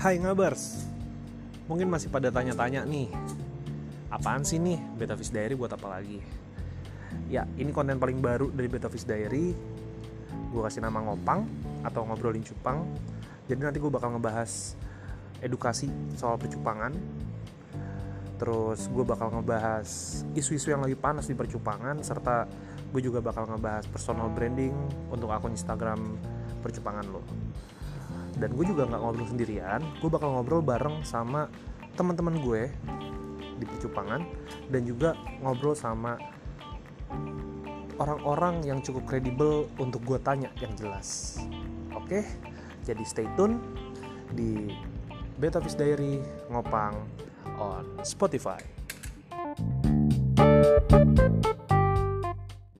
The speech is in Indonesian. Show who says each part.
Speaker 1: Hai Ngabers, mungkin masih pada tanya-tanya nih, apaan sih nih Betavish Diary buat apa lagi? Ya, ini konten paling baru dari Betavish Diary. Gue kasih nama Ngopang atau Ngobrolin Cupang. Jadi nanti gue bakal ngebahas edukasi soal percupangan. Terus gue bakal ngebahas isu-isu yang lagi panas di percupangan. Serta gue juga bakal ngebahas personal branding untuk akun Instagram percupangan lo. Dan gue juga gak ngobrol sendirian, gue bakal ngobrol bareng sama teman-teman gue di percupangan. Dan juga ngobrol sama orang-orang yang cukup kredibel untuk gue tanya yang jelas. Oke, jadi stay tune di Betavish Diary Ngopang on Spotify.